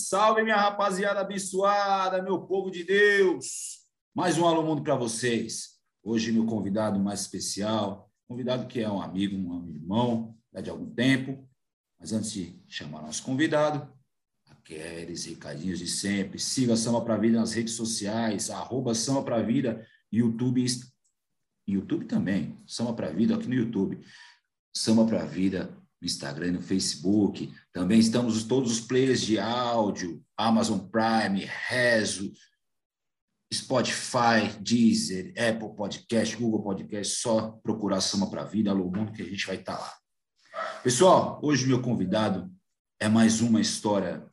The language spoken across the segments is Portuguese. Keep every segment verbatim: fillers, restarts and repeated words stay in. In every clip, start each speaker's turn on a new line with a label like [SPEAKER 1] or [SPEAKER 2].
[SPEAKER 1] salve, minha rapaziada abençoada, meu povo de Deus. Mais um Alô Mundo para vocês. Hoje, meu convidado mais especial, convidado que é um amigo, um irmão, já de algum tempo. Mas antes de chamar nosso convidado, aqueles recadinhos de sempre. Siga Samba Pra Vida nas redes sociais, arroba Samba Pra Vida, YouTube, YouTube também, Samba Pra Vida aqui no YouTube. Samba Pra Vida no Instagram, no Facebook. Também estamos todos os players de áudio, Amazon Prime, Rezo, Spotify, Deezer, Apple Podcast, Google Podcast, só procurar Samba Pra Vida, Alô Mundo, que a gente vai estar lá. Pessoal, hoje meu convidado é mais uma história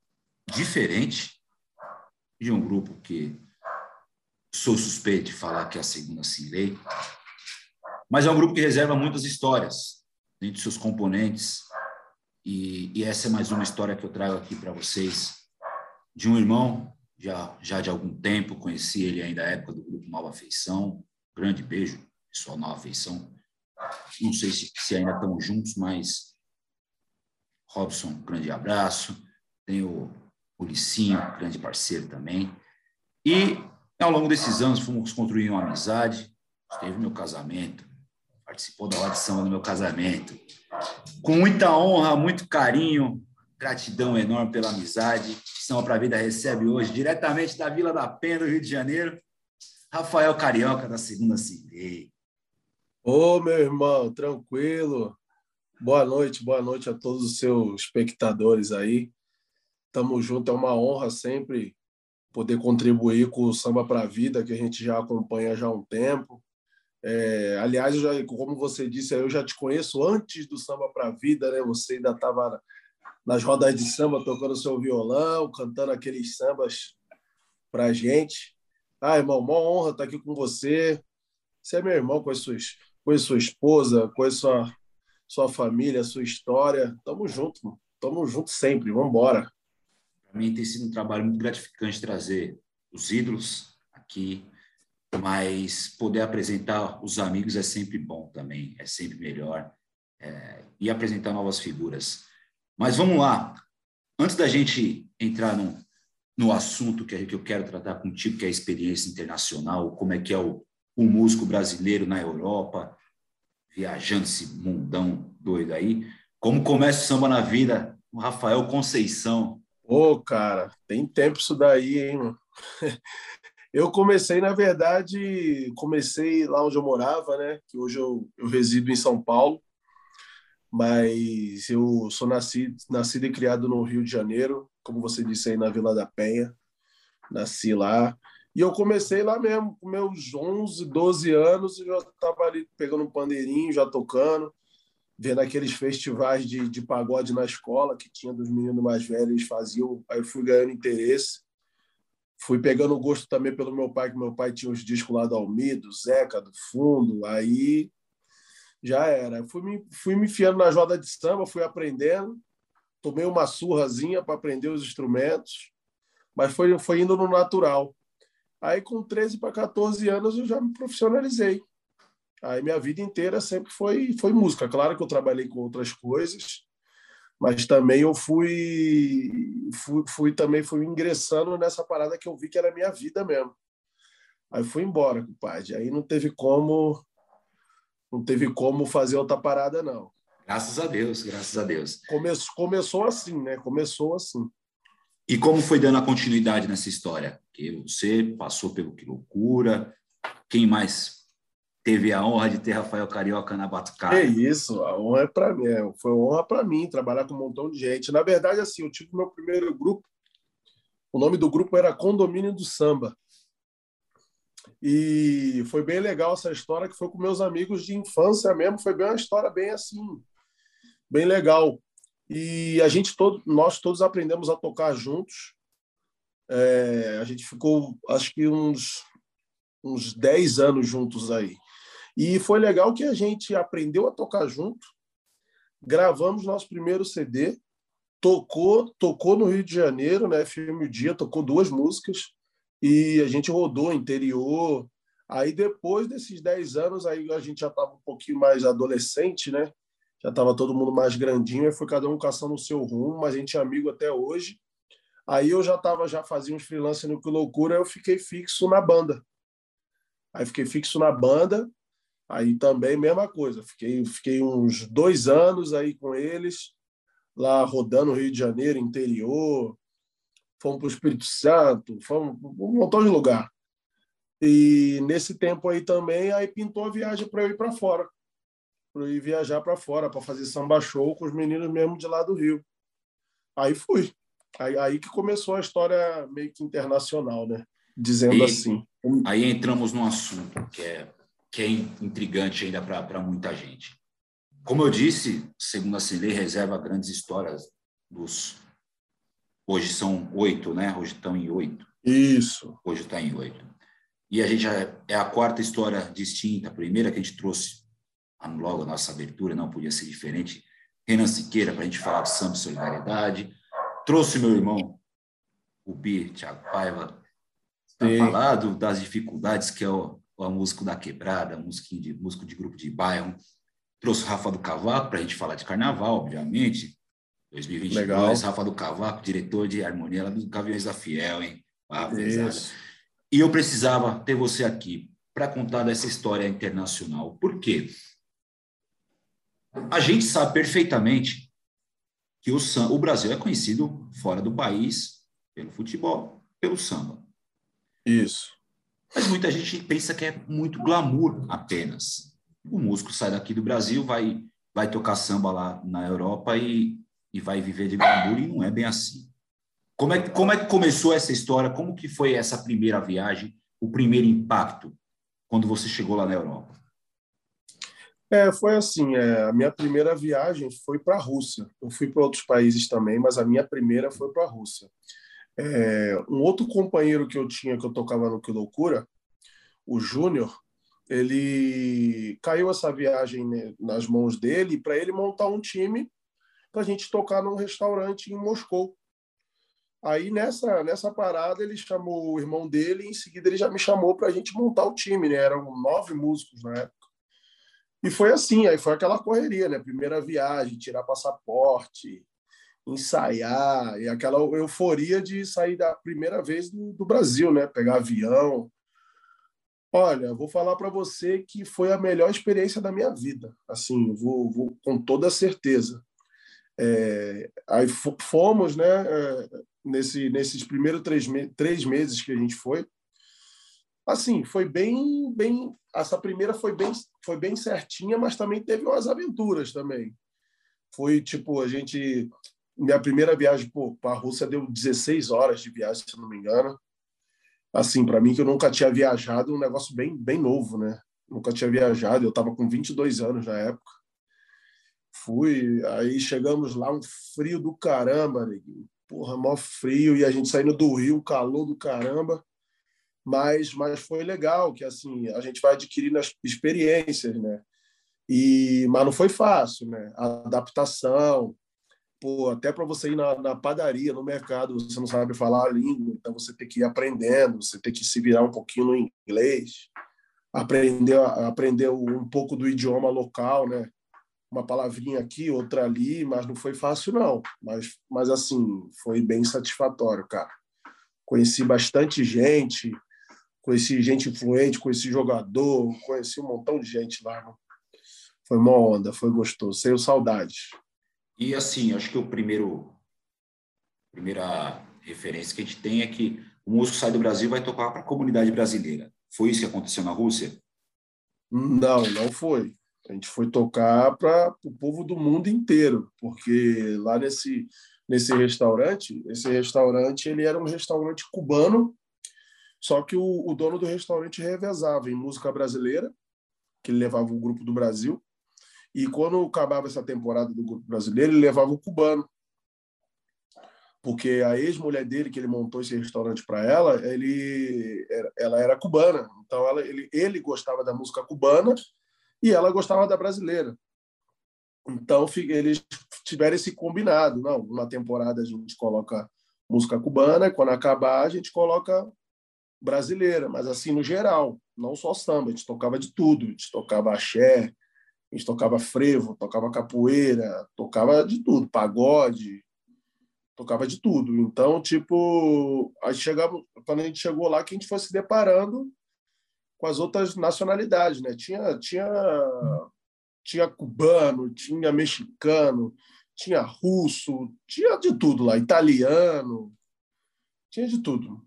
[SPEAKER 1] diferente de um grupo que sou suspeito de falar que é a segunda sem lei, mas é um grupo que reserva muitas histórias dentro de seus componentes, e, e essa é mais uma história que eu trago aqui para vocês, de um irmão, já, já de algum tempo, conheci ele ainda na época do grupo Nova Afeição, grande beijo, pessoal Nova Afeição, não sei se, se ainda estão juntos, mas Robson, grande abraço, tem o, o Licinho, grande parceiro também, e ao longo desses anos fomos construindo uma amizade, teve meu casamento, participou da audição do meu casamento. Com muita honra, muito carinho, gratidão enorme pela amizade. Samba Pra Vida recebe hoje, diretamente da Vila da Penha, do Rio de Janeiro, Rafael Carioca, da Segunda Sem Lei.
[SPEAKER 2] Ô, meu irmão, tranquilo. Boa noite, boa noite a todos os seus espectadores aí. Tamo junto, é uma honra sempre poder contribuir com o Samba Pra Vida, que a gente já acompanha já há um tempo. É, aliás, eu já, como você disse, eu já te conheço antes do Samba Pra Vida, né? Você ainda estava nas rodas de samba tocando seu violão, cantando aqueles sambas pra gente. Ah, irmão, uma honra estar aqui com você. Você é meu irmão, conheço sua, conheço sua esposa, conheço sua, sua família, sua história. Tamo junto, mano. Tamo junto sempre. Vamos embora.
[SPEAKER 1] Para mim tem sido um trabalho muito gratificante trazer os ídolos aqui, mas poder apresentar os amigos é sempre bom também, é sempre melhor, é, e apresentar novas figuras. Mas vamos lá, antes da gente entrar no, no assunto que, que eu quero tratar contigo, que é a experiência internacional, como é que é o, o músico brasileiro na Europa, viajando esse mundão doido aí, como começa o samba na vida, o Rafael Conceição.
[SPEAKER 2] Ô, cara, tem tempo isso daí, hein, mano? Eu comecei, na verdade, comecei lá onde eu morava, né? Que hoje eu, eu resido em São Paulo, mas eu sou nascido, nascido e criado no Rio de Janeiro, como você disse aí, na Vila da Penha. Nasci lá. E eu comecei lá mesmo, com meus onze, doze anos, e já estava ali pegando um pandeirinho, já tocando, vendo aqueles festivais de, de pagode na escola, que tinha dos meninos mais velhos, eles faziam. Aí eu fui ganhando interesse. Fui pegando gosto também pelo meu pai, que meu pai tinha os discos lá do Almir, do Zeca, do Fundo, aí já era. Fui me, fui me enfiando na roda de samba, fui aprendendo, tomei uma surrazinha para aprender os instrumentos, mas foi, foi indo no natural. Aí com treze para quatorze anos eu já me profissionalizei. Aí minha vida inteira sempre foi, foi música. Claro que eu trabalhei com outras coisas, mas também eu fui, fui, fui também fui ingressando nessa parada que eu vi que era a minha vida mesmo. Aí fui embora, compadre. Aí não teve como, não teve como fazer outra parada, não.
[SPEAKER 1] Graças a Deus, graças a Deus.
[SPEAKER 2] Come, começou assim, né? Começou assim.
[SPEAKER 1] E como foi dando a continuidade nessa história? Que você passou pelo Que Loucura, quem mais teve a honra de ter Rafael Carioca na batucada?
[SPEAKER 2] É isso, a honra é para mim. Foi uma honra para mim trabalhar com um montão de gente. Na verdade, assim, eu tive meu primeiro grupo. O nome do grupo era Condomínio do Samba. E foi bem legal essa história, que foi com meus amigos de infância mesmo. Foi bem uma história bem assim, bem legal. E a gente todo, nós todos aprendemos a tocar juntos. É, a gente ficou, acho que uns uns dez anos juntos aí. E foi legal que a gente aprendeu a tocar junto, gravamos nosso primeiro C D, tocou, tocou no Rio de Janeiro, né? F M O Dia, tocou duas músicas, e a gente rodou interior. Aí depois desses dez anos, aí a gente já estava um pouquinho mais adolescente, né? Já estava todo mundo mais grandinho, aí foi cada um caçando o seu rumo, mas a gente é amigo até hoje. Aí eu já estava, já fazia uns freelance no Que Loucura, eu fiquei fixo na banda. Aí fiquei fixo na banda, aí também mesma coisa. Fiquei, fiquei uns dois anos aí com eles, lá rodando o Rio de Janeiro, interior, fomos para o Espírito Santo, fomos para um montão de lugar. E nesse tempo aí também, aí pintou a viagem para eu ir para fora, para eu ir viajar para fora, para fazer samba show com os meninos mesmo de lá do Rio. Aí fui. Aí, aí que começou a história meio que internacional, né? Dizendo
[SPEAKER 1] Aí,
[SPEAKER 2] assim.
[SPEAKER 1] aí entramos num assunto que é, que é intrigante ainda para muita gente. Como eu disse, segundo a Cinley, reserva grandes histórias dos... Hoje são oito, né? Hoje estão em oito.
[SPEAKER 2] Isso.
[SPEAKER 1] Hoje está em oito. E a gente já é a quarta história distinta. A primeira que a gente trouxe logo a nossa abertura, não podia ser diferente. Renan Siqueira, para a gente falar de samba e solidariedade. Trouxe meu irmão, o Bi, Thiago Paiva, para falar do, das dificuldades que é o, o músico da quebrada, músico de, músico de grupo de bairro. Trouxe o Rafa do Cavaco para a gente falar de carnaval, obviamente. dois mil e vinte e dois,
[SPEAKER 2] Legal.
[SPEAKER 1] Rafa do Cavaco, diretor de harmonia lá dos Gaviões da Fiel, hein? Ah, pesada.
[SPEAKER 2] Isso.
[SPEAKER 1] E eu precisava ter você aqui para contar dessa história internacional. Por quê? A gente sabe perfeitamente que o, samba, o Brasil é conhecido fora do país pelo futebol, pelo samba.
[SPEAKER 2] Isso.
[SPEAKER 1] Mas muita gente pensa que é muito glamour apenas. O músico sai daqui do Brasil, vai, vai tocar samba lá na Europa e, e vai viver de glamour, e não é bem assim. Como é, como é que começou essa história? Como que foi essa primeira viagem, o primeiro impacto, quando você chegou lá na Europa?
[SPEAKER 2] É, foi assim, é, a minha primeira viagem foi para a Rússia. Eu fui para outros países também, mas a minha primeira foi para a Rússia. É, um outro companheiro que eu tinha, que eu tocava no Que Loucura, o Júnior, ele caiu essa viagem, né, nas mãos dele para ele montar um time para a gente tocar num restaurante em Moscou. Aí nessa nessa parada ele chamou o irmão dele e em seguida ele já me chamou para a gente montar o time, né? Eram nove músicos na época. E foi assim, aí foi aquela correria, né? Primeira viagem, tirar passaporte, ensaiar, e aquela euforia de sair da primeira vez do, do Brasil, né? Pegar avião. Olha, vou falar para você que foi a melhor experiência da minha vida, assim, vou, vou com toda certeza. É, aí fomos, né? É, nesse, nesses primeiros três, me três meses que a gente foi, assim, foi bem, bem. Essa primeira foi bem, foi bem certinha, mas também teve umas aventuras também. Foi tipo, a gente. Minha primeira viagem para a Rússia deu dezesseis horas de viagem, se não me engano. Assim, para mim, que eu nunca tinha viajado, um negócio bem, bem novo, né? Nunca tinha viajado, eu estava com vinte e dois anos na época. Fui, aí chegamos lá, um frio do caramba, neguinho. Porra, mó frio, e a gente saindo do Rio, calor do caramba. Mas, mas foi legal, que assim, a gente vai adquirindo as experiências, né? E, mas não foi fácil, né? A adaptação, pô, até para você ir na, na padaria, no mercado, você não sabe falar a língua, então você tem que ir aprendendo, você tem que se virar um pouquinho no inglês, aprender, aprender um pouco do idioma local, né? Uma palavrinha aqui, outra ali, mas não foi fácil, não. Mas, mas assim, foi bem satisfatório, cara. Conheci bastante gente, conheci gente influente, conheci jogador, conheci um montão de gente lá. Né? Foi uma onda, foi gostoso. Tenho saudades.
[SPEAKER 1] E assim, acho que o primeiro primeira referência que a gente tem é que o músico sai do Brasil e vai tocar para a comunidade brasileira. Foi isso que aconteceu na Rússia?
[SPEAKER 2] Não, não foi. A gente foi tocar para o povo do mundo inteiro, porque lá nesse, nesse restaurante, esse restaurante ele era um restaurante cubano, só que o, o dono do restaurante revezava em música brasileira, que ele levava o grupo do Brasil, e quando acabava essa temporada do grupo brasileiro, ele levava o cubano, porque a ex-mulher dele, que ele montou esse restaurante para ela, ele, ela era cubana, então ela, ele, ele gostava da música cubana e ela gostava da brasileira. Então eles tiveram esse combinado, não, uma temporada a gente coloca música cubana, e quando acabar a gente coloca brasileira, mas assim no geral, não só samba, a gente tocava de tudo, a gente tocava axé, a gente tocava frevo, tocava capoeira, tocava de tudo, pagode. tocava de tudo. Então, tipo, aí chegava, quando a gente chegou lá, que a gente foi se deparando com as outras nacionalidades, né? Tinha, tinha, tinha cubano, tinha mexicano, tinha russo, tinha de tudo lá, italiano, tinha de tudo.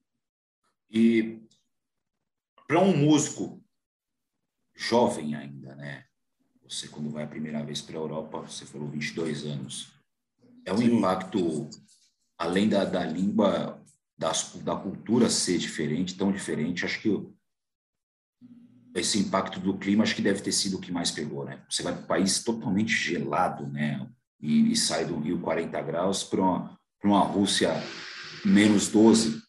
[SPEAKER 1] E para um músico jovem ainda, né? Você, quando vai a primeira vez para a Europa, você falou vinte e dois anos. É um
[SPEAKER 2] Sim.
[SPEAKER 1] impacto, além da, da língua, da, da cultura ser diferente, tão diferente, acho que esse impacto do clima, acho que deve ter sido o que mais pegou, né? Você vai para um país totalmente gelado, né? E, e sai do Rio quarenta graus para uma, para uma Rússia menos doze.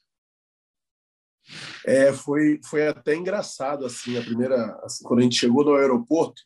[SPEAKER 2] É, foi, foi até engraçado, assim, a primeira... Assim, quando a gente chegou no aeroporto,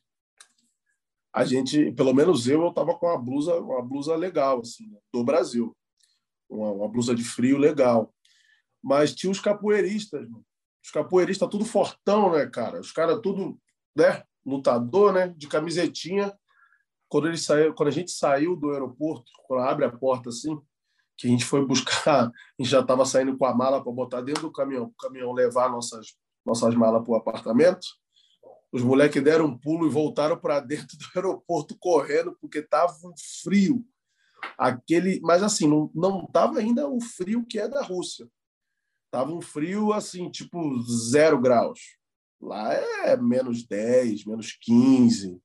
[SPEAKER 2] a gente, pelo menos eu, eu tava com uma blusa, uma blusa legal, assim, né, do Brasil. Uma, uma blusa de frio legal. Mas tinha os capoeiristas, mano. Os capoeiristas tudo fortão, né, cara? Os caras tudo, né, lutador, né, de camisetinha. Quando ele saiu, quando a gente saiu do aeroporto, quando abre a porta assim, que a gente foi buscar, a gente já estava saindo com a mala para botar dentro do caminhão, o caminhão levar nossas nossas malas para o apartamento. Os moleques deram um pulo e voltaram para dentro do aeroporto correndo porque tava um frio. Aquele, mas assim, não não tava ainda o frio que é da Rússia. Tava um frio assim, tipo zero graus. Lá é menos dez, menos quinze.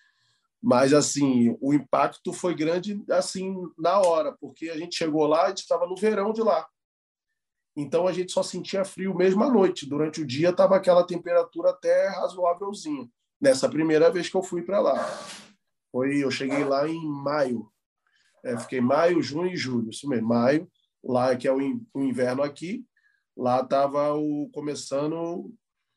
[SPEAKER 2] Mas, assim, o impacto foi grande, assim, na hora, porque a gente chegou lá, a gente estava no verão de lá. Então, a gente só sentia frio mesmo à noite. Durante o dia, estava aquela temperatura até razoávelzinha. Nessa primeira vez que eu fui para lá. Foi, eu cheguei lá em maio. É, fiquei maio, junho e julho. Isso mesmo, maio. Lá, que é o, in, o inverno aqui. Lá estava o, começando,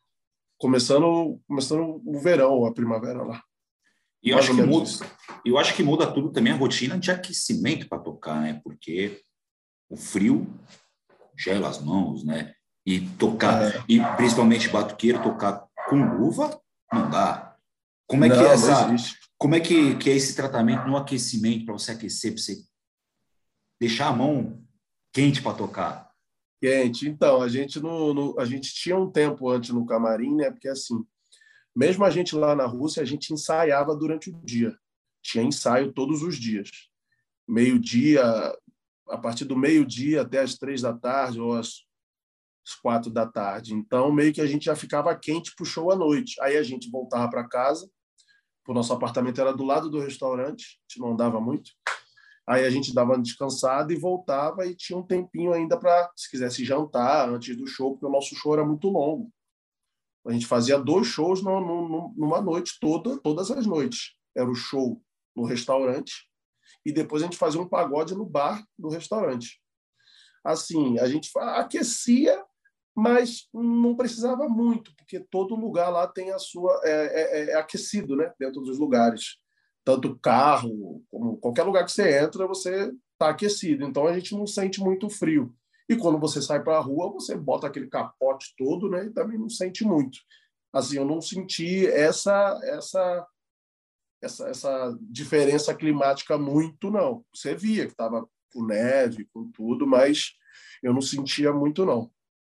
[SPEAKER 2] começando, começando o verão, a primavera lá.
[SPEAKER 1] E eu
[SPEAKER 2] Mais
[SPEAKER 1] acho
[SPEAKER 2] ou
[SPEAKER 1] que
[SPEAKER 2] menos
[SPEAKER 1] muda,
[SPEAKER 2] isso.
[SPEAKER 1] eu acho que muda tudo também a rotina de aquecimento para tocar, né? Porque o frio gela as mãos, né? E tocar,
[SPEAKER 2] É,
[SPEAKER 1] e principalmente batuqueiro, tocar com luva, não dá. Como é que é
[SPEAKER 2] não, não
[SPEAKER 1] essa,
[SPEAKER 2] existe.
[SPEAKER 1] como é que, que é esse tratamento no aquecimento para você aquecer, para você deixar a mão quente para tocar?
[SPEAKER 2] Quente. Então, a gente no, no- a gente tinha um tempo antes no camarim, né? Porque assim, mesmo a gente lá na Rússia, a gente ensaiava durante o dia. Tinha ensaio todos os dias. Meio-dia, a partir do meio-dia até as três da tarde ou às às quatro da tarde. Então, meio que a gente já ficava quente pro show à noite. Aí a gente voltava para casa, o nosso apartamento era do lado do restaurante, a gente não andava muito. Aí a gente dava uma descansada e voltava e tinha um tempinho ainda para, se quisesse jantar antes do show, porque o nosso show era muito longo. A gente fazia dois shows no, no, numa noite toda, todas as noites. Era o show no restaurante e depois a gente fazia um pagode no bar do restaurante. Assim, a gente aquecia, mas não precisava muito, porque todo lugar lá tem a sua é, é, é aquecido, né? Dentro dos lugares, tanto carro como qualquer lugar que você entra, você está aquecido. Então a gente não sente muito frio. E quando você sai para a rua, você bota aquele capote todo, né? E também não sente muito. Assim, eu não senti essa essa essa, essa diferença climática muito, não. Você via que estava com neve, com tudo, mas eu não sentia muito, não.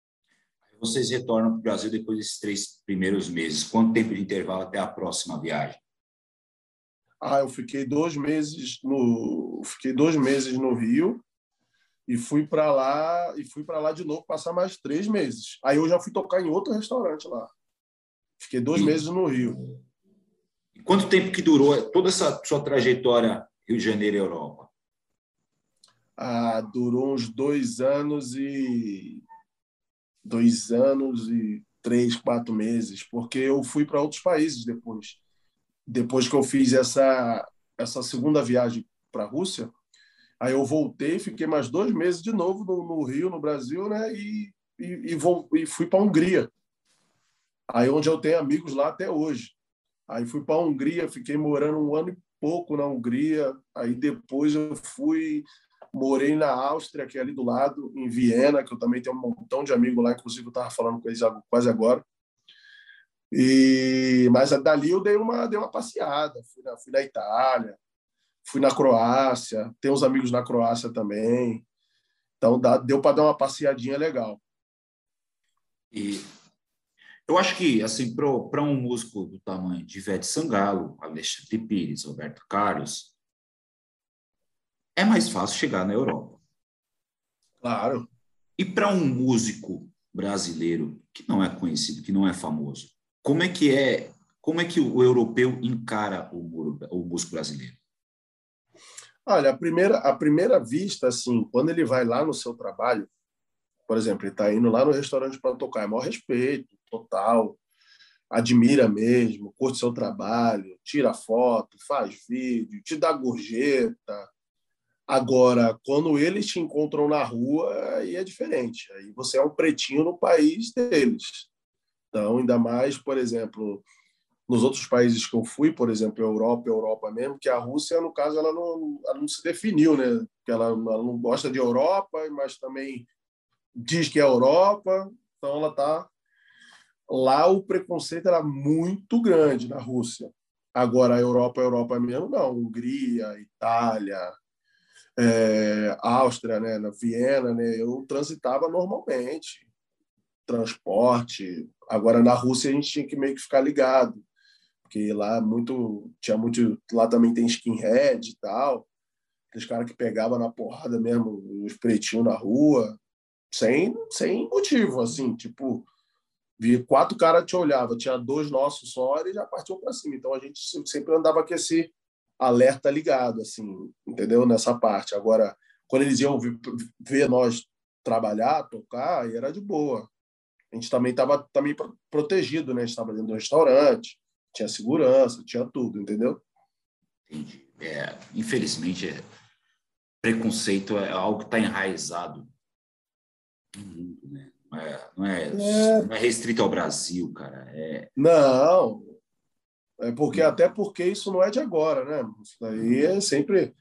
[SPEAKER 1] Vocês retornam para o Brasil depois desses três primeiros meses. Quanto tempo de intervalo até a próxima viagem?
[SPEAKER 2] Ah, eu fiquei dois meses no, fiquei dois meses no Rio e fui para lá e fui para lá de novo passar mais três meses. Aí eu já fui tocar em outro restaurante lá. Fiquei dois
[SPEAKER 1] E,
[SPEAKER 2] meses no Rio.
[SPEAKER 1] e quanto tempo que durou toda essa sua trajetória Rio de Janeiro e Europa?
[SPEAKER 2] Ah, durou uns dois anos e dois anos e três, quatro meses, porque eu fui para outros países depois. Depois que eu fiz essa essa segunda viagem para a Rússia, aí eu voltei, fiquei mais dois meses de novo no, no Rio, no Brasil, né? E, e, e, vou, e fui para a Hungria, aí onde eu tenho amigos lá até hoje. Aí fui para a Hungria, fiquei morando um ano e pouco na Hungria. Aí depois eu fui, morei na Áustria, que é ali do lado, em Viena, que eu também tenho um montão de amigos lá, inclusive eu estava falando com eles quase agora. E mas dali eu dei uma dei uma passeada, fui na, fui na Itália, fui na Croácia, tenho uns amigos na Croácia também. Então dá, deu para dar uma passeadinha legal.
[SPEAKER 1] E eu acho que, assim, para um músico do tamanho de Ivete Sangalo, Alexandre Pires, Roberto Carlos, é mais fácil chegar na Europa.
[SPEAKER 2] Claro.
[SPEAKER 1] E para um músico brasileiro que não é conhecido, que não é famoso, como é que é, como é que o europeu encara o, o músico brasileiro?
[SPEAKER 2] Olha, a primeira, a primeira vista, assim, quando ele vai lá no seu trabalho, por exemplo, ele está indo lá no restaurante para tocar, é maior respeito, total, admira mesmo, curte seu trabalho, tira foto, faz vídeo, te dá gorjeta. Agora, quando eles te encontram na rua, aí é diferente. Aí você é um pretinho no país deles. Então, ainda mais, por exemplo, nos outros países que eu fui, por exemplo, Europa, Europa mesmo, que a Rússia, no caso, ela não, ela não se definiu, né? Porque ela, ela não gosta de Europa, mas também diz que é Europa, então ela está lá. O preconceito era muito grande na Rússia. Agora, a Europa, a Europa mesmo, não. Hungria, Itália, é, Áustria, né, na Viena, né, eu transitava normalmente, transporte. Agora, na Rússia, a gente tinha que meio que ficar ligado, porque lá muito, tinha muito, lá também tem skinhead e tal, aqueles caras que pegavam na porrada mesmo, os pretinhos na rua, sem, sem motivo, assim, tipo, vi quatro caras te olhava, tinha dois nossos só e já partiu para cima. Então a gente sempre andava com esse alerta ligado, assim, entendeu? Nessa parte. Agora, quando eles iam ver nós trabalhar, tocar, aí era de boa. A gente também estava também protegido, né? A gente estava dentro do restaurante, tinha segurança, tinha tudo, entendeu?
[SPEAKER 1] Entendi. É, infelizmente, é, preconceito é algo que está enraizado no mundo, né? Não é, não é,
[SPEAKER 2] É...
[SPEAKER 1] não é restrito ao Brasil, cara. É...
[SPEAKER 2] Não, é porque até porque isso não é de agora, né? Isso daí é sempre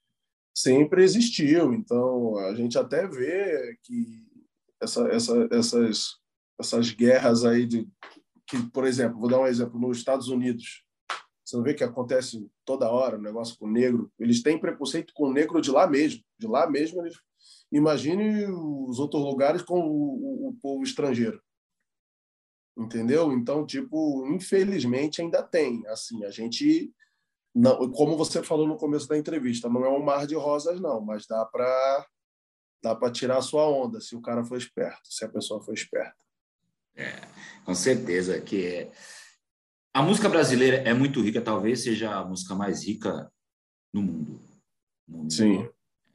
[SPEAKER 2] sempre existiu. Então a gente até vê que essa, essa, essas essas guerras aí de que, por exemplo, vou dar um exemplo nos Estados Unidos. Você não vê que acontece toda hora um negócio com o negro? Eles têm preconceito com o negro de lá mesmo. De lá mesmo, eles... Imagine os outros lugares com o, o, o povo estrangeiro. Entendeu? Então, tipo, infelizmente ainda tem. Assim, a gente... Não, como você falou no começo da entrevista, não é um mar de rosas, não, mas dá para dá para tirar a sua onda se o cara for esperto, se a pessoa for esperta.
[SPEAKER 1] É, com certeza que é... a música brasileira é muito rica, talvez seja a música mais rica no mundo. No mundo.
[SPEAKER 2] Sim.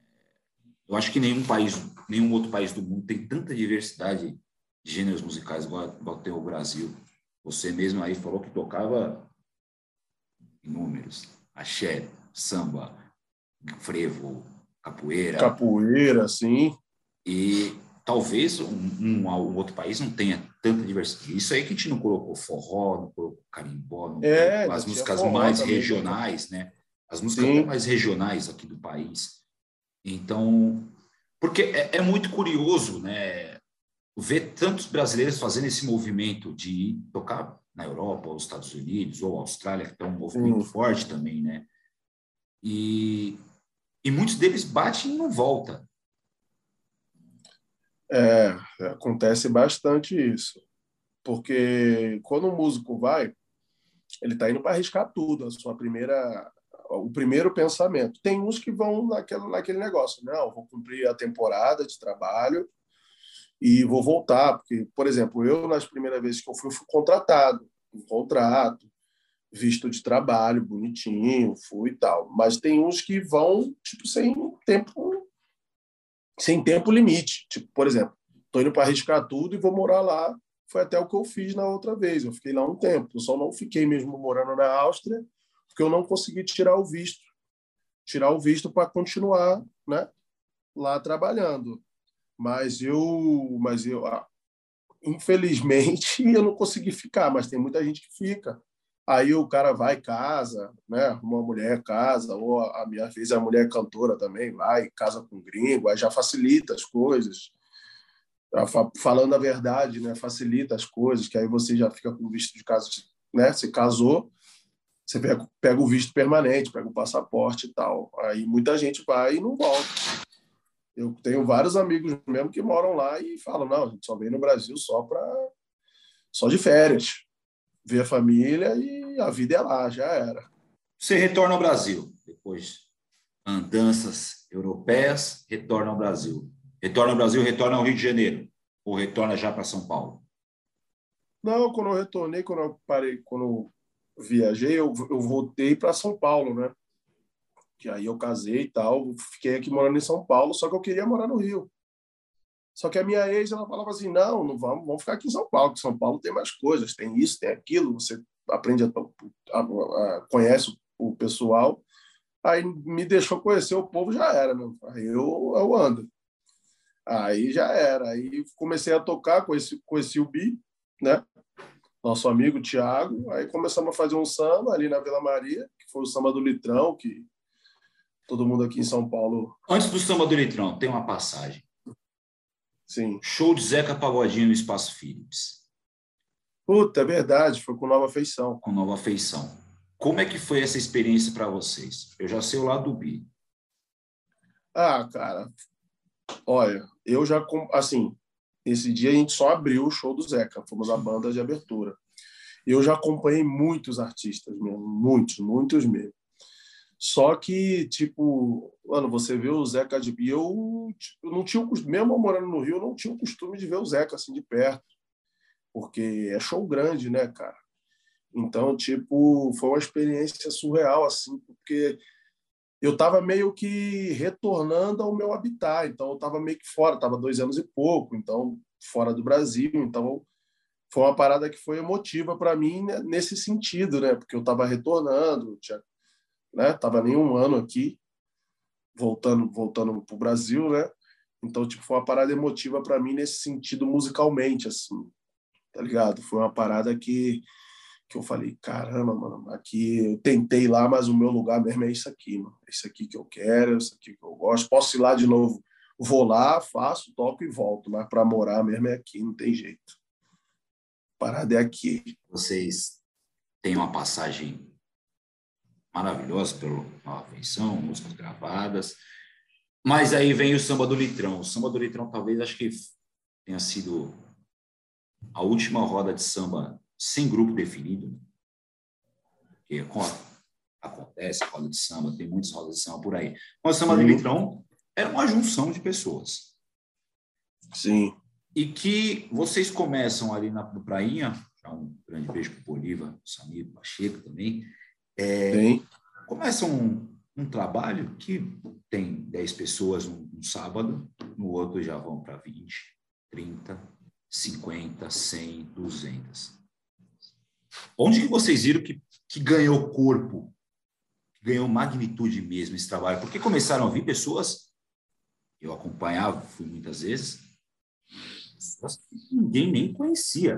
[SPEAKER 1] Eu acho que nenhum país, nenhum outro país do mundo tem tanta diversidade de gêneros musicais igual, igual tem o Brasil. Você mesmo aí falou que tocava inúmeros: axé, samba, frevo, capoeira.
[SPEAKER 2] Capoeira, sim.
[SPEAKER 1] E talvez um, um, um outro país não tenha tanta diversidade. Isso aí que a gente não colocou forró, não colocou carimbó, não
[SPEAKER 2] É,
[SPEAKER 1] colocou
[SPEAKER 2] ainda
[SPEAKER 1] as
[SPEAKER 2] tinha
[SPEAKER 1] músicas
[SPEAKER 2] forró
[SPEAKER 1] mais
[SPEAKER 2] também.
[SPEAKER 1] regionais, né? As músicas até
[SPEAKER 2] Sim.
[SPEAKER 1] mais regionais aqui do país. Então, porque é, é muito curioso, né? Ver tantos brasileiros fazendo esse movimento de ir tocar na Europa, ou Estados Unidos, ou Austrália, que é um movimento
[SPEAKER 2] Sim.
[SPEAKER 1] forte também, né? E, e muitos deles batem e não voltam.
[SPEAKER 2] É, acontece bastante isso. Porque quando o músico vai, ele está indo para arriscar tudo, a sua primeira, o primeiro pensamento. Tem uns que vão naquele, naquele negócio, não, vou cumprir a temporada de trabalho e vou voltar, porque, por exemplo, eu nas primeiras vezes que eu fui, fui contratado, um contrato, visto de trabalho, bonitinho, fui e tal. Mas tem uns que vão tipo sem tempo, sem tempo limite. Tipo, por exemplo, estou indo para arriscar tudo e vou morar lá. Foi até o que eu fiz na outra vez. Eu fiquei lá um tempo. Eu só não fiquei mesmo morando na Áustria porque eu não consegui tirar o visto, tirar o visto para continuar, né, lá trabalhando. Mas eu, mas eu, ah, infelizmente, eu não consegui ficar. Mas tem muita gente que fica. Aí o cara vai, casa, né? Uma mulher casa, ou a minha vez a mulher cantora também vai, casa com gringo, aí já facilita as coisas. Falando a verdade, né? Facilita as coisas, que aí você já fica com visto de casa, né? Você casou, você pega, pega o visto permanente, pega o passaporte e tal. Aí muita gente vai e não volta. Eu tenho vários amigos mesmo que moram lá e falam, não, a gente só vem no Brasil só para só de férias, ver a família e a vida é lá, já era.
[SPEAKER 1] Você retorna ao Brasil, depois andanças europeias, retorna ao Brasil. Retorna ao Brasil, retorna ao Rio de Janeiro, ou retorna já para São Paulo?
[SPEAKER 2] Não, quando eu retornei, quando eu parei, quando eu viajei, eu, eu voltei para São Paulo, né? Que aí eu casei e tal, fiquei aqui morando em São Paulo, só que eu queria morar no Rio. Só que a minha ex, ela falava assim, não, não vamos, vamos ficar aqui em São Paulo, porque São Paulo tem mais coisas, tem isso, tem aquilo, você aprende a, a, a conhece o pessoal. Aí me deixou conhecer o povo, já era, né? Aí eu, eu ando. Aí já era. Aí comecei a tocar, conheci, conheci o Bi, né? Nosso amigo Thiago. Aí começamos a fazer um samba ali na Vila Maria, que foi o samba do Litrão, que todo mundo aqui em São Paulo...
[SPEAKER 1] Antes do samba do Litrão, tem uma passagem.
[SPEAKER 2] Sim.
[SPEAKER 1] Show de Zeca Pagodinho no Espaço Philips.
[SPEAKER 2] Puta, é verdade, foi com Nova Feição.
[SPEAKER 1] Com Nova Feição. Como é que foi essa experiência para vocês? Eu já sei o lado do Bi.
[SPEAKER 2] Ah, cara, olha, eu já, assim, esse dia a gente só abriu o show do Zeca, fomos a banda de abertura. Eu já acompanhei muitos artistas mesmo, muitos, muitos mesmo. Só que, tipo, mano, você vê o Zeca de Bi, eu, tipo, não tinha o costume, mesmo morando no Rio, eu não tinha o costume de ver o Zeca assim de perto, porque é show grande, né, cara? Então, tipo, foi uma experiência surreal, assim, porque eu estava meio que retornando ao meu habitat, então eu estava meio que fora, estava dois anos e pouco, então fora do Brasil, então foi uma parada que foi emotiva para mim né, nesse sentido, né? Porque eu estava retornando, tinha, né? Tava nem um ano aqui, voltando, voltando para o Brasil, né? Então tipo foi uma parada emotiva para mim nesse sentido musicalmente, assim, tá ligado? Foi uma parada que que eu falei, caramba, mano, aqui eu tentei lá, mas o meu lugar mesmo é isso aqui, mano. É isso aqui que eu quero, é isso aqui que eu gosto. Posso ir lá de novo, vou lá, faço, toco e volto, mas para morar mesmo é aqui, não tem jeito. A parada é aqui.
[SPEAKER 1] Vocês têm uma passagem maravilhosa pela Nova Feição, músicas gravadas, mas aí vem o Samba do Litrão. O Samba do Litrão talvez, acho que tenha sido a última roda de samba sem grupo definido, porque acontece, roda de samba, tem muitas rodas de samba por aí. Mas o Samba do Litrão era uma junção de pessoas.
[SPEAKER 2] Sim.
[SPEAKER 1] E que vocês começam ali na no Prainha, já um grande beijo para o Bolívar, o Samir, o Pacheco também, é, começam um, um trabalho que tem dez pessoas um, um sábado, no outro já vão para vinte, trinta, cinquenta, cem, duzentas. Onde que vocês viram que, que ganhou corpo, que ganhou magnitude mesmo esse trabalho? Porque começaram a vir pessoas, eu acompanhava, fui muitas vezes, pessoas que ninguém nem conhecia.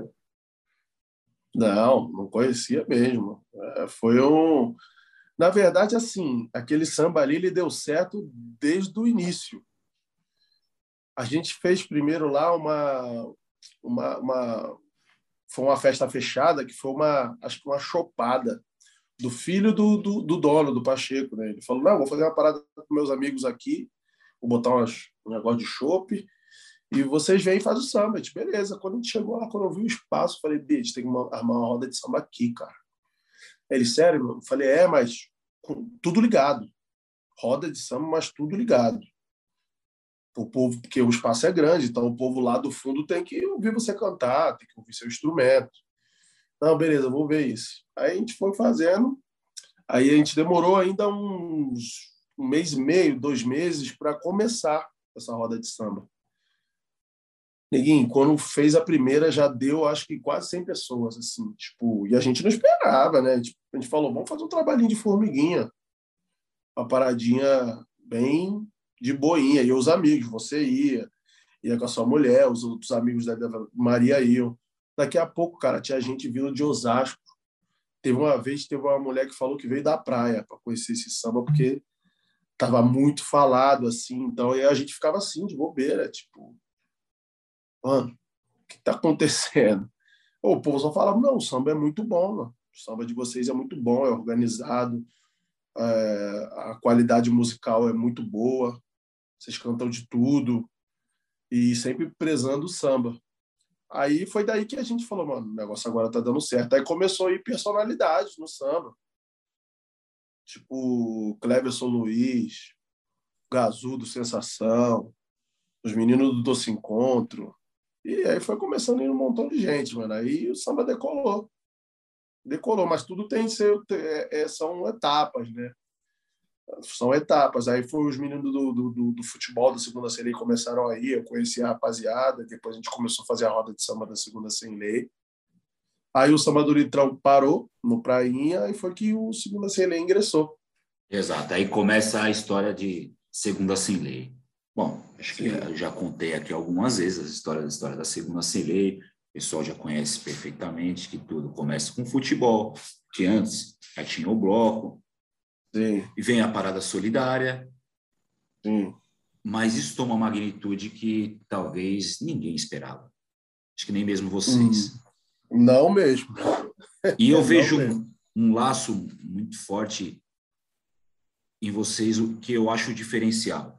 [SPEAKER 2] Não, não conhecia mesmo. É, foi um... Na verdade, assim, aquele samba ali, ele deu certo desde o início. A gente fez primeiro lá uma... uma, uma foi uma festa fechada, que foi uma, acho que uma chopada do filho do, do, do dono, do Pacheco, né? Ele falou, não, vou fazer uma parada com meus amigos aqui, vou botar umas, um negócio de chopp, e vocês vêm e fazem o samba. Gente, beleza. Quando a gente chegou lá, quando eu vi o espaço, falei, bicho, tem que armar uma roda de samba aqui, cara. Ele, sério, mano? Eu falei, é, mas tudo ligado. Roda de samba, mas tudo ligado. O povo, porque o espaço é grande, então o povo lá do fundo tem que ouvir você cantar, tem que ouvir seu instrumento. Não, beleza, vou ver isso. Aí a gente foi fazendo, aí a gente demorou ainda uns um mês e meio, dois meses para começar essa roda de samba. Neguinho, quando fez a primeira já deu, acho que quase cem pessoas, assim, tipo, e a gente não esperava, né? A gente falou, vamos fazer um trabalhinho de formiguinha, uma paradinha bem de boinha. E os amigos, você ia, ia com a sua mulher, os outros amigos da Maria iam. Daqui a pouco, cara, tinha gente vindo de Osasco. Teve uma vez, teve uma mulher que falou que veio da praia para conhecer esse samba, porque tava muito falado, assim. Então, aí a gente ficava assim, de bobeira, tipo, mano, o que tá acontecendo? O povo só falava, não, o samba é muito bom, mano. O samba de vocês é muito bom, é organizado, é, a qualidade musical é muito boa, vocês cantam de tudo e sempre prezando o samba. Aí foi daí que a gente falou, mano, o negócio agora tá dando certo. Aí começou a ir personalidades no samba, tipo Cleverson Luiz, Gazu do Sensação, os meninos do Doce Encontro. E aí foi começando a ir um montão de gente, mano. Aí o samba decolou. Decolou, mas tudo tem seu, é, é, são etapas, né? São etapas. Aí foi os meninos do, do, do, do futebol da Segunda Sem Lei começaram aí, eu conheci a rapaziada, depois a gente começou a fazer a roda de samba da Segunda Sem Lei. Aí o samba do Litrão parou no Prainha e foi que o Segunda Sem Lei ingressou.
[SPEAKER 1] Exato. Aí começa a história de Segunda Sem Lei. Bom, acho que eu já contei aqui algumas vezes a história da história da Segunda Sem Lei. O pessoal já conhece perfeitamente que tudo começa com futebol, que antes já tinha o bloco,
[SPEAKER 2] Sim.
[SPEAKER 1] e vem a parada solidária.
[SPEAKER 2] Sim.
[SPEAKER 1] Mas isso toma uma magnitude que talvez ninguém esperava. Acho que nem mesmo vocês.
[SPEAKER 2] Hum, não mesmo.
[SPEAKER 1] E eu vejo um, um laço muito forte em vocês, o que eu acho diferencial.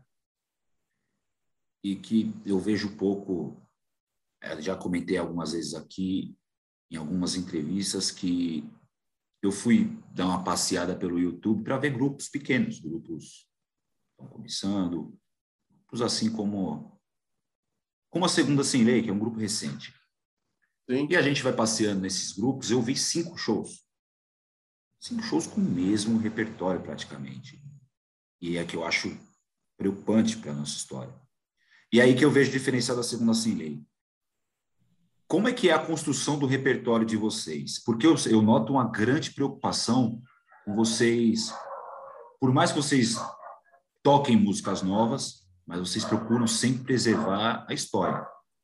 [SPEAKER 1] E que eu vejo pouco, já comentei algumas vezes aqui, em algumas entrevistas, que eu fui dar uma passeada pelo YouTube para ver grupos pequenos, grupos que estão começando, grupos assim como, como a Segunda Sem Lei, que é um grupo recente.
[SPEAKER 2] Sim.
[SPEAKER 1] E a gente vai passeando nesses grupos, eu vi cinco shows. Cinco shows com o mesmo repertório, praticamente. E é que eu acho preocupante para a nossa história. E é aí que eu vejo o diferencial da Segunda Sem Lei. Como é que é a construção do repertório de vocês? Porque eu, eu noto uma grande preocupação com vocês, por mais que vocês toquem músicas novas, mas vocês procuram sempre preservar a história.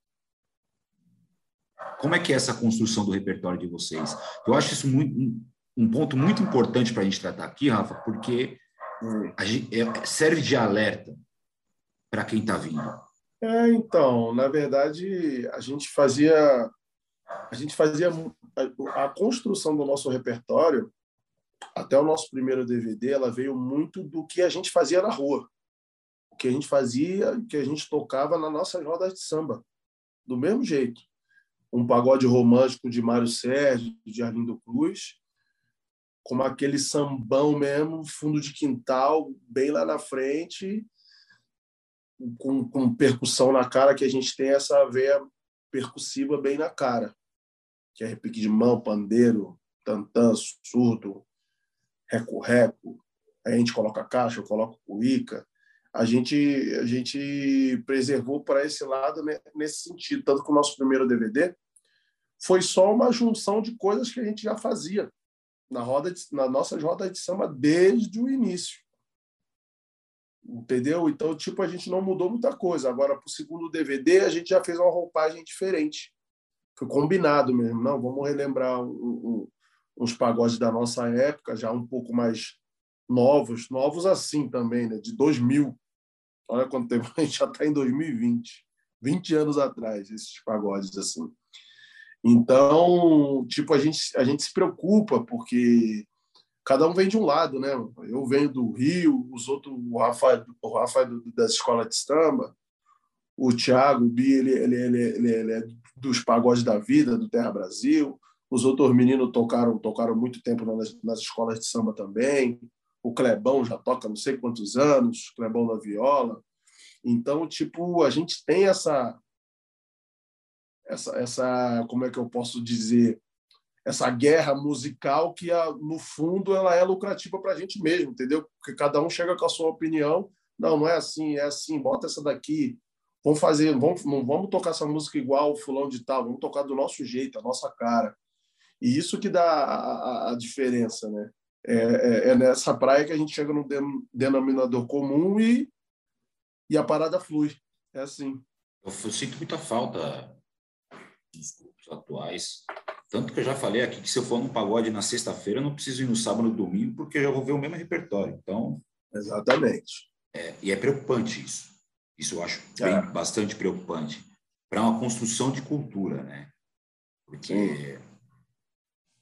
[SPEAKER 1] Como é que é essa construção do repertório de vocês? Eu acho isso muito, um ponto muito importante para a gente tratar aqui, Rafa, porque a gente, é, serve de alerta para quem está vindo.
[SPEAKER 2] É, então, na verdade, a gente fazia a gente fazia a, a construção do nosso repertório, até o nosso primeiro D V D, ela veio muito do que a gente fazia na rua. O que a gente fazia, o que a gente tocava nas nossas rodas de samba. Do mesmo jeito. Um pagode romântico de Mário Sérgio, de Arlindo Cruz, como aquele sambão mesmo, fundo de quintal, bem lá na frente, com, com percussão na cara, que a gente tem essa veia percussiva bem na cara, que é repique de mão, pandeiro, tantã, surdo, reco-reco. Aí a gente coloca caixa, eu coloco cuíca. A gente, a gente preservou para esse lado, né, nesse sentido. Tanto que o nosso primeiro D V D foi só uma junção de coisas que a gente já fazia na roda de, nas nossas rodas de samba desde o início. Entendeu? Então, tipo, a gente não mudou muita coisa. Agora, para o segundo D V D, a gente já fez uma roupagem diferente. Foi combinado mesmo. Não, vamos relembrar um, um, uns pagodes da nossa época, já um pouco mais novos. Novos assim também, né? De dois mil. Olha quanto tempo, a gente já está em dois mil e vinte. vinte anos atrás, esses pagodes assim. Então, tipo, a gente, a gente se preocupa, porque cada um vem de um lado, né? Eu venho do Rio, os outros, o Rafa, o Rafa é das escolas de samba, o Thiago, o Bi, ele, ele, ele, ele, ele é dos pagodes da vida, do Terra Brasil. Os outros meninos tocaram, tocaram muito tempo nas, nas escolas de samba também. O Clebão já toca não sei quantos anos, Clebão na viola. Então, tipo, a gente tem essa, essa, essa, como é que eu posso dizer, essa guerra musical que, no fundo, ela é lucrativa para a gente mesmo, entendeu? Porque cada um chega com a sua opinião. Não, não é assim, é assim, bota essa daqui. Vamos fazer, vamos, não vamos tocar essa música igual o fulano de tal, vamos tocar do nosso jeito, a nossa cara. E isso que dá a, a, a diferença, né? É, é, é nessa praia que a gente chega no denominador comum e, e a parada flui. É assim.
[SPEAKER 1] Eu, eu sinto muita falta dos grupos atuais. Tanto que eu já falei aqui que se eu for num pagode na sexta-feira, eu não preciso ir no sábado ou no domingo, porque eu já vou ver o mesmo repertório. Então,
[SPEAKER 2] exatamente.
[SPEAKER 1] É, e é preocupante isso. Isso eu acho bem,
[SPEAKER 2] É.
[SPEAKER 1] bastante preocupante para uma construção de cultura, né? Porque,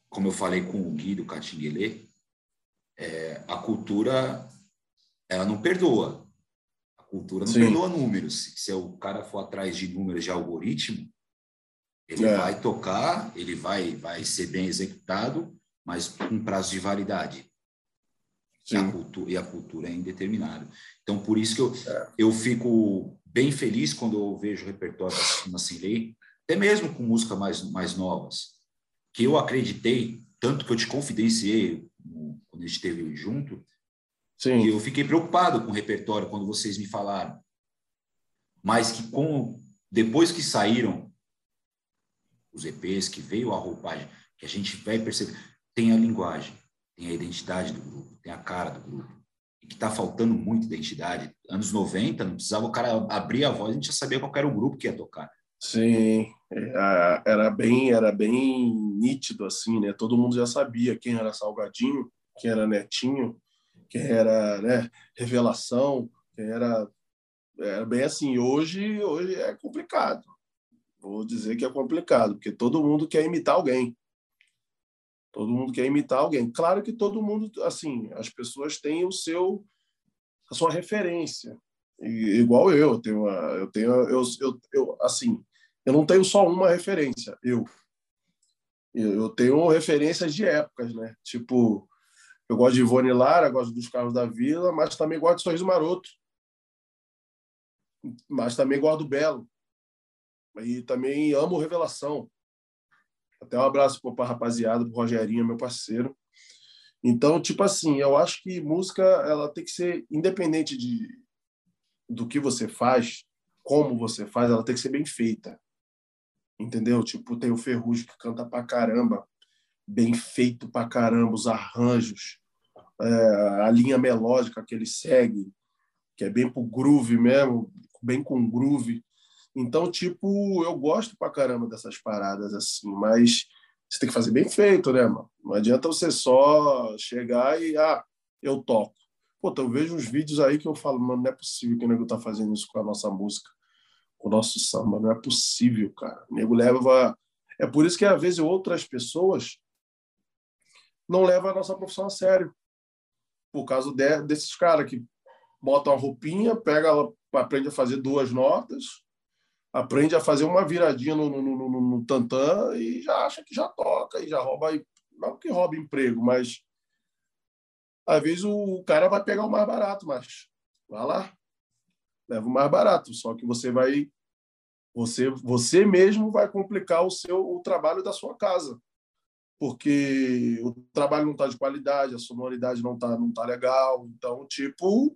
[SPEAKER 1] como eu falei com o Gui do Catinguelê, é, a cultura, ela não perdoa. A cultura não
[SPEAKER 2] Sim.
[SPEAKER 1] perdoa números. Se o cara for atrás de números de algoritmo, ele
[SPEAKER 2] É.
[SPEAKER 1] vai tocar, ele vai, vai ser bem executado, mas com prazo de validade. E a, cultura, e a cultura é indeterminada. Então, por isso que eu,
[SPEAKER 2] É.
[SPEAKER 1] eu fico bem feliz quando eu vejo o repertório da Cima Sem Lei, até mesmo com músicas mais, mais novas, que eu acreditei, tanto que eu te confidenciei quando a gente esteve junto,
[SPEAKER 2] Sim.
[SPEAKER 1] e eu fiquei preocupado com o repertório quando vocês me falaram. Mas que com, depois que saíram os E Ps, que veio a roupagem, que a gente vai perceber, tem a linguagem, tem a identidade do grupo, tem a cara do grupo, e que está faltando muito identidade. Anos noventa, não precisava o cara abrir a voz, a gente já sabia qual era o grupo que ia tocar.
[SPEAKER 2] Sim, era bem, era bem nítido, assim, né? Todo mundo já sabia quem era Salgadinho, quem era Netinho, quem era, né, Revelação, quem era... Era bem assim. Hoje, hoje é complicado. Vou dizer que é complicado, porque todo mundo quer imitar alguém. Todo mundo quer imitar alguém. Claro que todo mundo, assim, as pessoas têm o seu, a sua referência. E, igual eu, eu tenho, uma, eu tenho, eu, eu, eu, assim, eu não tenho só uma referência. Eu, eu tenho referências de épocas, né? Tipo, eu gosto de Ivone Lara, gosto dos Carlos da Vila, mas também gosto de Sorriso Maroto. Mas também gosto do Belo. E também amo Revelação. Até um abraço para a rapaziada, para o Rogerinho, meu parceiro. Então, tipo assim, eu acho que música ela tem que ser independente de, do que você faz, como você faz, ela tem que ser bem feita. Entendeu? Tipo, tem o Ferrugem que canta pra caramba, bem feito pra caramba, os arranjos, é, a linha melódica que ele segue, que é bem pro groove mesmo, bem com groove. Então, tipo, eu gosto pra caramba dessas paradas assim, mas você tem que fazer bem feito, né, mano? Não adianta você só chegar e, ah, eu toco. Pô, eu vejo uns vídeos aí que eu falo, mano, não é possível que o nego tá fazendo isso com a nossa música, com o nosso samba, não é possível, cara. O nego leva... É por isso que, às vezes, outras pessoas não levam a nossa profissão a sério, por causa de, desses caras que botam a roupinha, pega, aprende a fazer duas notas, aprende a fazer uma viradinha no, no, no, no tantã e já acha que já toca e já rouba, não que rouba emprego, mas às vezes o cara vai pegar o mais barato, mas vai lá, leva o mais barato, só que você vai, você, você mesmo vai complicar o seu o trabalho da sua casa, porque o trabalho não está de qualidade, a sonoridade não está não tá legal, então, tipo,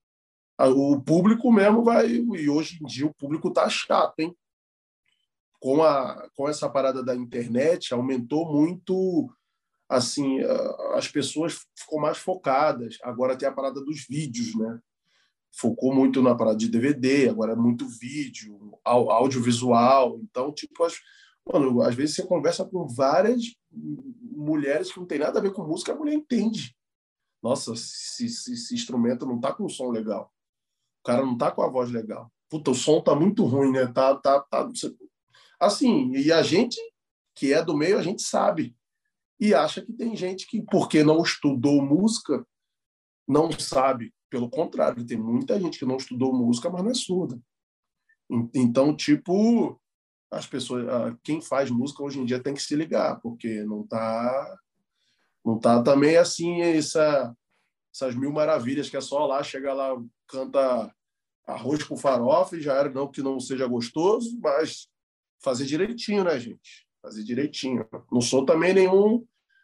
[SPEAKER 2] o público mesmo vai, e hoje em dia o público está chato, hein? Com, a, com essa parada da internet, aumentou muito, assim, as pessoas ficam mais focadas. Agora tem a parada dos vídeos, né? Focou muito na parada de D V D, agora é muito vídeo, audiovisual. Então, tipo, as, mano, às vezes você conversa com várias mulheres que não tem nada a ver com música, a mulher entende. Nossa, esse, esse instrumento não tá com um som legal. O cara não tá com a voz legal. Puta, o som tá muito ruim, né? Tá, tá, tá... Assim, e a gente que é do meio, a gente sabe. E acha que tem gente que, porque não estudou música, não sabe. Pelo contrário, tem muita gente que não estudou música, mas não é surda. Então, tipo, as pessoas, quem faz música hoje em dia tem que se ligar, porque não tá, não tá também assim essa, essas mil maravilhas que é só lá, chega lá, canta arroz com farofa e já era, não que não seja gostoso, mas fazer direitinho, né, gente? Fazer direitinho. Não sou também nenhum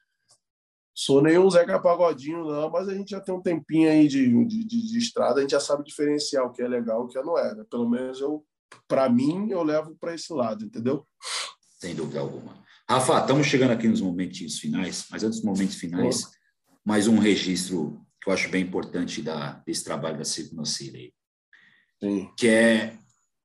[SPEAKER 2] sou nenhum Zeca Pagodinho, não, mas a gente já tem um tempinho aí de, de, de, de estrada, a gente já sabe diferenciar o que é legal e o que não é. Né? Pelo menos eu, para mim, eu levo para esse lado, entendeu?
[SPEAKER 1] Sem dúvida alguma. Rafa, estamos chegando aqui nos momentinhos finais, mas antes dos momentos finais, oh. mais um registro que eu acho bem importante da, desse trabalho da Círculo Cirei, que é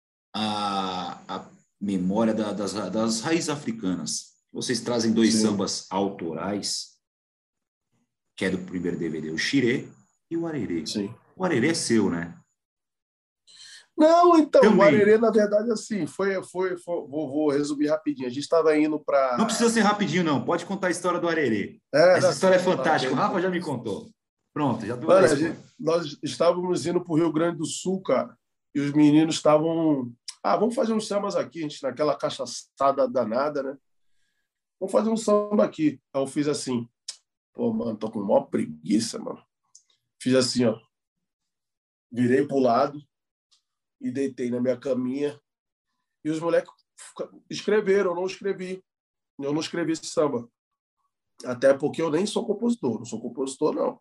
[SPEAKER 1] a, a memória da, das, das raízes africanas. Vocês trazem dois Sim. sambas autorais, que é do primeiro D V D, o Xirê e o Arerê.
[SPEAKER 2] Sim.
[SPEAKER 1] O Arerê é seu, né?
[SPEAKER 2] Não, então, o
[SPEAKER 1] Também.
[SPEAKER 2] Arerê, na verdade, assim, foi, foi, foi vou, vou resumir rapidinho. A gente estava indo
[SPEAKER 1] Não precisa
[SPEAKER 2] para.
[SPEAKER 1] ser rapidinho, não. Pode contar a história do Arerê.
[SPEAKER 2] É,
[SPEAKER 1] Essa
[SPEAKER 2] não,
[SPEAKER 1] história é
[SPEAKER 2] tá
[SPEAKER 1] fantástica. O
[SPEAKER 2] bem.
[SPEAKER 1] Rafa já me contou. Pronto, já deu
[SPEAKER 2] Mano,
[SPEAKER 1] a
[SPEAKER 2] a
[SPEAKER 1] spoiler.
[SPEAKER 2] gente, nós estávamos indo para o Rio Grande do Sul, cara, e os meninos estavam. Ah, vamos fazer uns sambas aqui, a gente naquela cachaçada danada, né? Vamos fazer um samba aqui. Aí eu fiz assim, pô, mano, tô com maior preguiça, mano. Fiz assim, ó, virei pro lado e deitei na minha caminha. E os moleques escreveram, eu não escrevi. Eu não escrevi esse samba. Até porque eu nem sou compositor, não sou compositor, não.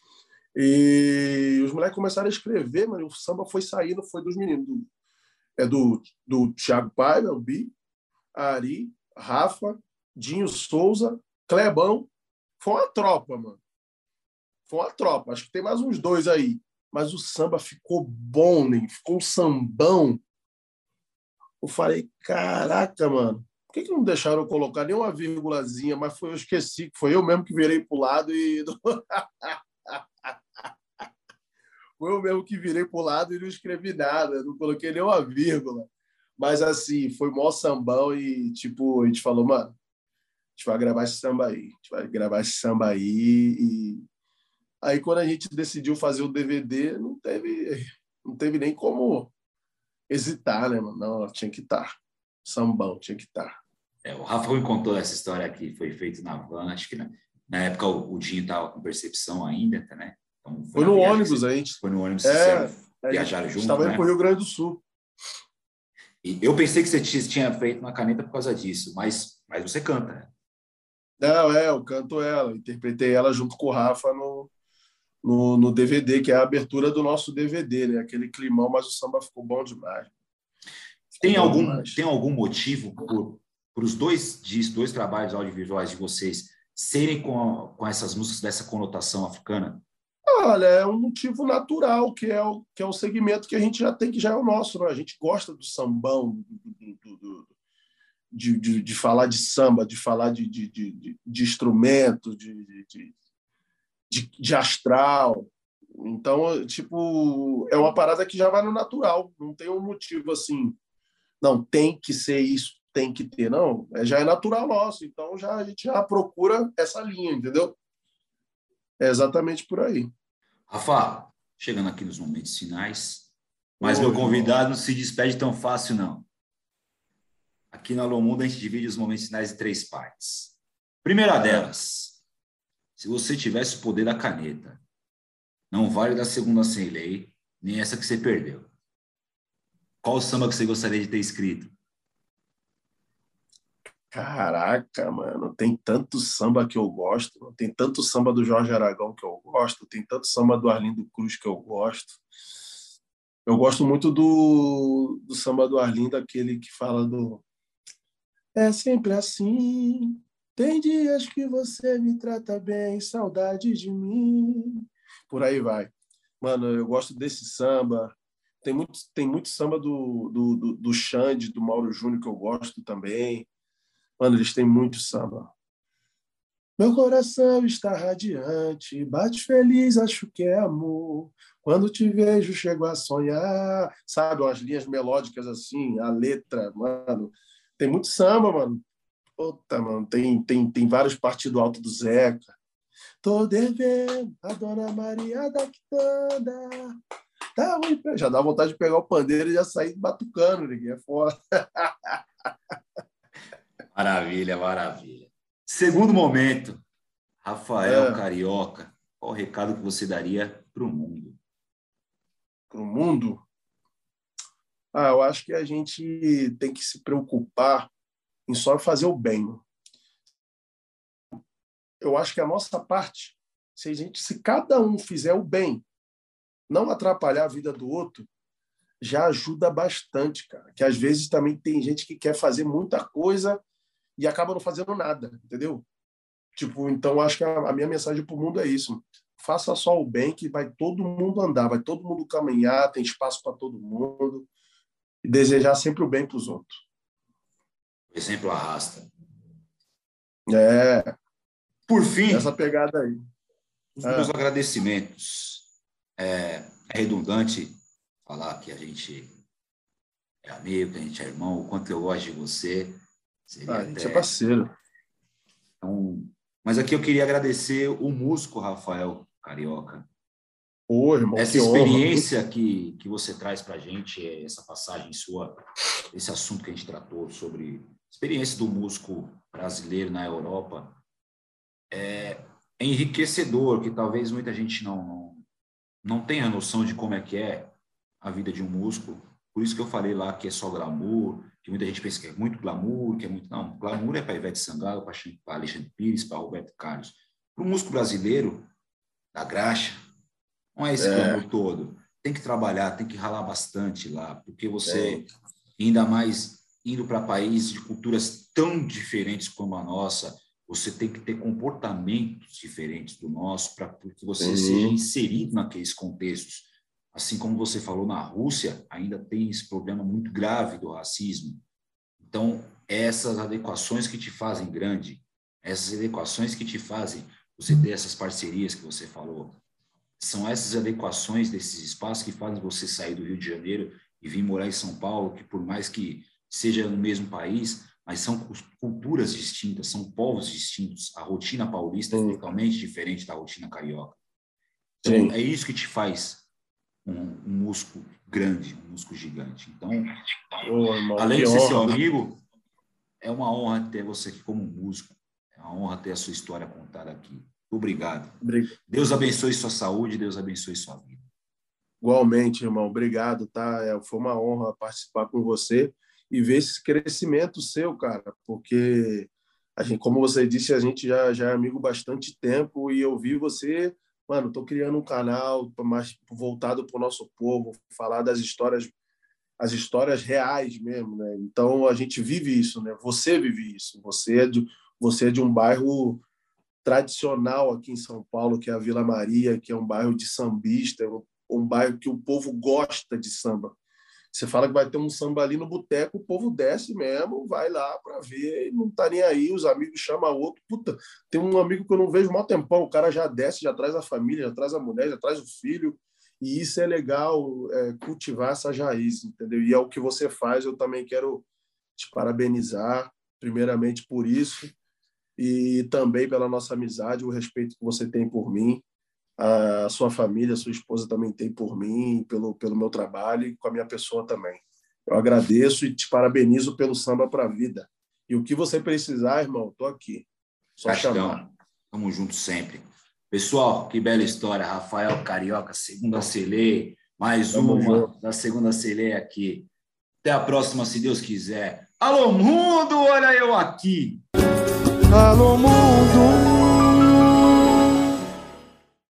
[SPEAKER 2] E os moleques começaram a escrever, mano, o samba foi saindo, foi dos meninos. Do, é do, do Thiago Paiva, o Bi, Ari, Rafa, Dinho Souza, Clebão. Foi uma tropa, mano. Foi uma tropa. Acho que tem mais uns dois aí. Mas o samba ficou bom, né? Ficou um sambão. Eu falei, caraca, mano. Por que, que não deixaram eu colocar nem uma vírgulazinha? Mas foi, eu esqueci, que foi eu mesmo que virei pro lado e. Foi eu mesmo que virei pro lado e não escrevi nada, não coloquei nem uma vírgula. Mas assim, foi mó sambão e, tipo, a gente falou, mano, a gente vai gravar esse samba aí. A gente vai gravar esse samba aí. E aí, quando a gente decidiu fazer o D V D, não teve, não teve nem como hesitar, né, mano? Não, tinha que estar. Sambão, tinha que estar.
[SPEAKER 1] É, o Rafa me contou essa história que foi feita na van. Acho que na, na época o, o Dinho estava com percepção ainda, né? Então foi
[SPEAKER 2] Foi
[SPEAKER 1] na
[SPEAKER 2] no
[SPEAKER 1] viagem que
[SPEAKER 2] ônibus,
[SPEAKER 1] você,
[SPEAKER 2] a gente.
[SPEAKER 1] foi no ônibus que
[SPEAKER 2] É,
[SPEAKER 1] vocês
[SPEAKER 2] a gente
[SPEAKER 1] viajaram junto,
[SPEAKER 2] estava indo para o
[SPEAKER 1] né?
[SPEAKER 2] Rio Grande do Sul.
[SPEAKER 1] E eu pensei que você tinha feito na caneta por causa disso, mas, mas você canta, né?
[SPEAKER 2] Não, é, eu canto ela. Interpretei ela junto com o Rafa no, no, no D V D, que é a abertura do nosso D V D, né? Aquele climão, mas o samba ficou bom demais. Ficou
[SPEAKER 1] Tem
[SPEAKER 2] bom
[SPEAKER 1] algum,
[SPEAKER 2] demais.
[SPEAKER 1] tem algum motivo por, por os dois discos, dois trabalhos audiovisuais de vocês serem com, com essas músicas dessa conotação africana?
[SPEAKER 2] Olha, é um motivo natural, que é o, que é o segmento que a gente já tem, que já é o nosso, né? A gente gosta do sambão, do, do, do, de, de, de falar de samba, de falar de, de, de, de instrumento, de, de, de, de astral. Então, tipo, é uma parada que já vai no natural. Não tem um motivo assim, não, tem que ser isso, tem que ter. Não, é, já é natural nosso. Então, já, a gente já procura essa linha, entendeu? É exatamente por aí.
[SPEAKER 1] Rafa, chegando aqui nos momentos finais, mas meu
[SPEAKER 2] Ô, João.
[SPEAKER 1] convidado não se despede tão fácil, não. Aqui na Alô Mundo a gente divide os momentos finais em três partes. Primeira
[SPEAKER 2] É.
[SPEAKER 1] delas, se você tivesse o poder da caneta, não vale da segunda sem lei, nem essa que você perdeu. Qual o samba que você gostaria de ter escrito?
[SPEAKER 2] Caraca, mano, tem tanto samba que eu gosto, tem tanto samba do Jorge Aragão que eu gosto, tem tanto samba do Arlindo Cruz que eu gosto. Eu gosto muito do, do samba do Arlindo, aquele que fala do é sempre assim, tem dias que você me trata bem, saudade de mim. Por aí vai. Mano, eu gosto desse samba. Tem muito, tem muito samba do, do, do, do Xande, do Mauro Júnior, que eu gosto também. Mano, eles têm muito samba. Meu coração está radiante, bate feliz, acho que é amor. Quando te vejo, chego a sonhar. Sabe, umas linhas melódicas assim, a letra, mano. Tem muito samba, mano. Puta, mano, tem, tem, tem vários partidos alto do Zeca. Tô devendo a Dona Maria da Quitanda. Tá ruim, já dá vontade de pegar o pandeiro e já sair batucando, ninguém é foda.
[SPEAKER 1] Maravilha, maravilha. Segundo momento, Rafael
[SPEAKER 2] É,
[SPEAKER 1] Carioca, qual o recado que você daria para o mundo?
[SPEAKER 2] pro mundo, ah, eu acho que a gente tem que se preocupar em só fazer o bem. Eu acho que a nossa parte, se a gente, se cada um fizer o bem, não atrapalhar a vida do outro, já ajuda bastante, cara. Que às vezes também tem gente que quer fazer muita coisa e acaba não fazendo nada, entendeu? Tipo, então acho que a, a minha mensagem para o mundo é isso. Faça só o bem que vai todo mundo andar, vai todo mundo caminhar, tem espaço para todo mundo e desejar sempre o bem para os outros.
[SPEAKER 1] O exemplo arrasta.
[SPEAKER 2] É,
[SPEAKER 1] Por
[SPEAKER 2] essa
[SPEAKER 1] fim,
[SPEAKER 2] pegada aí.
[SPEAKER 1] os meus
[SPEAKER 2] É,
[SPEAKER 1] agradecimentos. É, é redundante falar que a gente é amigo, que a gente é irmão, o quanto eu gosto de você. Seria
[SPEAKER 2] Ah, a
[SPEAKER 1] até...
[SPEAKER 2] gente é parceiro.
[SPEAKER 1] Então, mas aqui eu queria agradecer o músico Rafael Carioca.
[SPEAKER 2] Pô, irmão,
[SPEAKER 1] Essa
[SPEAKER 2] que honra.
[SPEAKER 1] experiência que, que você traz para a gente, essa passagem sua, esse assunto que a gente tratou sobre a experiência do músico brasileiro na Europa, é enriquecedor, que talvez muita gente não, não, não tenha noção de como é que é a vida de um músico. Por isso que eu falei lá que é só glamour, que muita gente pensa que é muito glamour, que é muito... Não, glamour é para Ivete Sangalo, para Alexandre Pires, para Roberto Carlos. Para o músico brasileiro, da graxa, não é esse
[SPEAKER 2] É,
[SPEAKER 1] glamour todo. Tem que trabalhar, tem que ralar bastante lá, porque você,
[SPEAKER 2] tem.
[SPEAKER 1] ainda mais indo para países de culturas tão diferentes como a nossa, você tem que ter comportamentos diferentes do nosso para que você seja
[SPEAKER 2] Sim.
[SPEAKER 1] inserido naqueles contextos. Assim como você falou, na Rússia ainda tem esse problema muito grave do racismo. Então, essas adequações que te fazem grande, essas adequações que te fazem você ter essas parcerias que você falou, são essas adequações desses espaços que fazem você sair do Rio de Janeiro e vir morar em São Paulo, que por mais que seja no mesmo país, mas são culturas distintas, são povos distintos. A rotina paulista é
[SPEAKER 2] Sim.
[SPEAKER 1] totalmente diferente da rotina carioca. Então,
[SPEAKER 2] Sim.
[SPEAKER 1] é isso que te faz um, um músculo grande, um músculo gigante. Então,
[SPEAKER 2] Ô, irmão,
[SPEAKER 1] além
[SPEAKER 2] que
[SPEAKER 1] de ser seu
[SPEAKER 2] honra.
[SPEAKER 1] amigo, é uma honra ter você aqui como músico. É uma honra ter a sua história contada aqui. Obrigado.
[SPEAKER 2] Obrigado.
[SPEAKER 1] Deus abençoe sua saúde, Deus abençoe sua vida.
[SPEAKER 2] Igualmente, irmão. Obrigado, tá? É, foi uma honra participar com você e ver esse crescimento seu, cara, porque a gente, como você disse, a gente já, já é amigo há bastante tempo e eu vi você, mano, tô criando um canal mais voltado para o nosso povo, falar das histórias, as histórias reais mesmo, né? Então a gente vive isso, né? Você vive isso. Você é de, você é de um bairro tradicional aqui em São Paulo, que é a Vila Maria, que é um bairro de sambista, um, um bairro que o povo gosta de samba. Você fala que vai ter um samba ali no boteco, o povo desce mesmo, vai lá para ver, e não tá nem aí, os amigos chamam outro. Puta, tem um amigo que eu não vejo há mó tempão, o cara já desce, já traz a família, já traz a mulher, já traz o filho, e isso é legal, é, cultivar essas raízes, entendeu? E é o que você faz, eu também quero te parabenizar, primeiramente por isso, e também pela nossa amizade, o respeito que você tem por mim, a sua família, a sua esposa também tem por mim, pelo, pelo meu trabalho e com a minha pessoa também. Eu agradeço e te parabenizo pelo Samba para a Vida. E o que você precisar, irmão, estou aqui. Só
[SPEAKER 1] Gratidão.
[SPEAKER 2] chamar.
[SPEAKER 1] Tamo junto sempre. Pessoal, que bela história. Rafael Carioca, segunda Cele, mais
[SPEAKER 2] Tamo
[SPEAKER 1] uma
[SPEAKER 2] junto.
[SPEAKER 1] da segunda Cele aqui. Até a próxima, se Deus quiser. Alô, mundo, olha eu aqui.
[SPEAKER 3] Alô, mundo.